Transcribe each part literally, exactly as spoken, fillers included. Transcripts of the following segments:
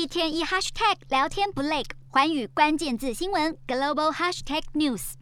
天一 hashtag 聊天不累，寰宇关键字新闻 global hashtag news。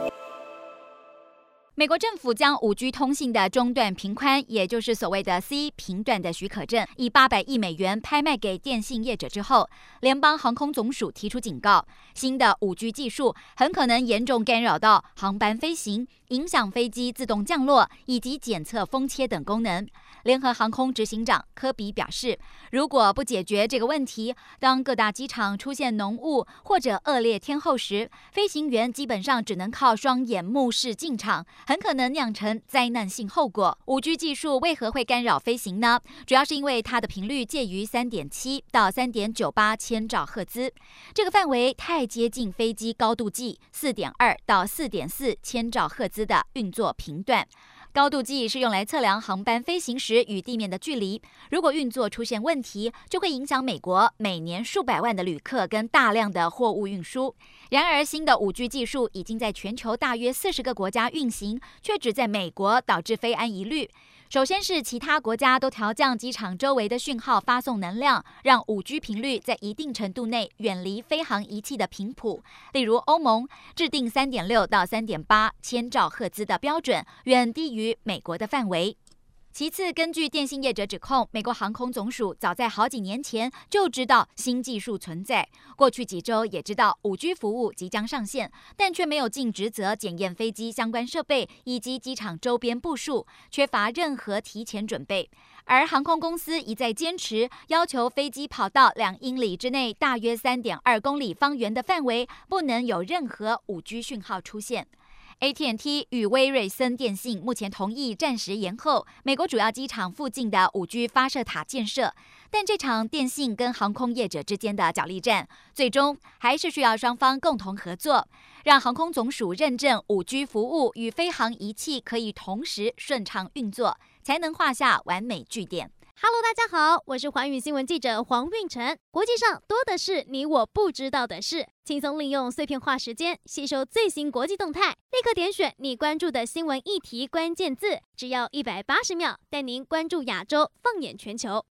美国政府将 五 G 通信的中段频宽，也就是所谓的 C 频段的许可证，以八百亿美元拍卖给电信业者之后，联邦航空总署提出警告，新的 五 G 技术很可能严重干扰到航班飞行，影响飞机自动降落以及检测风切等功能。联合航空执行长科比表示，如果不解决这个问题，当各大机场出现浓雾或者恶劣天候时，飞行员基本上只能靠双眼目视进场，很可能酿成灾难性后果。五 G 技术为何会干扰飞行呢？主要是因为它的频率介于 三点七 到 三点九八 千兆赫兹，这个范围太接近飞机高度计 四点二 到 四点四 千兆赫兹的运作频段。高度计是用来测量航班飞行时与地面的距离，如果运作出现问题，就会影响美国每年数百万的旅客跟大量的货物运输。然而，新的 五 G 技术已经在全球大约四十个国家运行，却只在美国导致飞安疑虑。首先是其他国家都调降机场周围的讯号发送能量，让 五 G 频率在一定程度内远离飞航仪器的频谱。例如，欧盟制定 三点六 到 三点八 千兆赫兹的标准，远低于美国的范围。其次，根据电信业者指控，美国航空总署早在好几年前就知道新技术存在，过去几周也知道 五 G 服务即将上线，但却没有尽职责检验飞机相关设备以及机场周边部署，缺乏任何提前准备。而航空公司一再坚持，要求飞机跑到两英里之内，大约 三点二公里方圆的范围，不能有任何 五 G 讯号出现。A T and T 与威瑞森电信目前同意暂时延后美国主要机场附近的 五 G 发射塔建设，但这场电信跟航空业者之间的角力战，最终还是需要双方共同合作，让航空总署认证 五 G 服务与飞航仪器可以同时顺畅运作，才能画下完美句点。 Hello， 大家好，我是寰宇新闻记者黄运成。国际上多的是你我不知道的事，轻松利用碎片化时间吸收最新国际动态，立刻点选你关注的新闻议题关键字，只要一百八十秒，带您关注亚洲，放眼全球。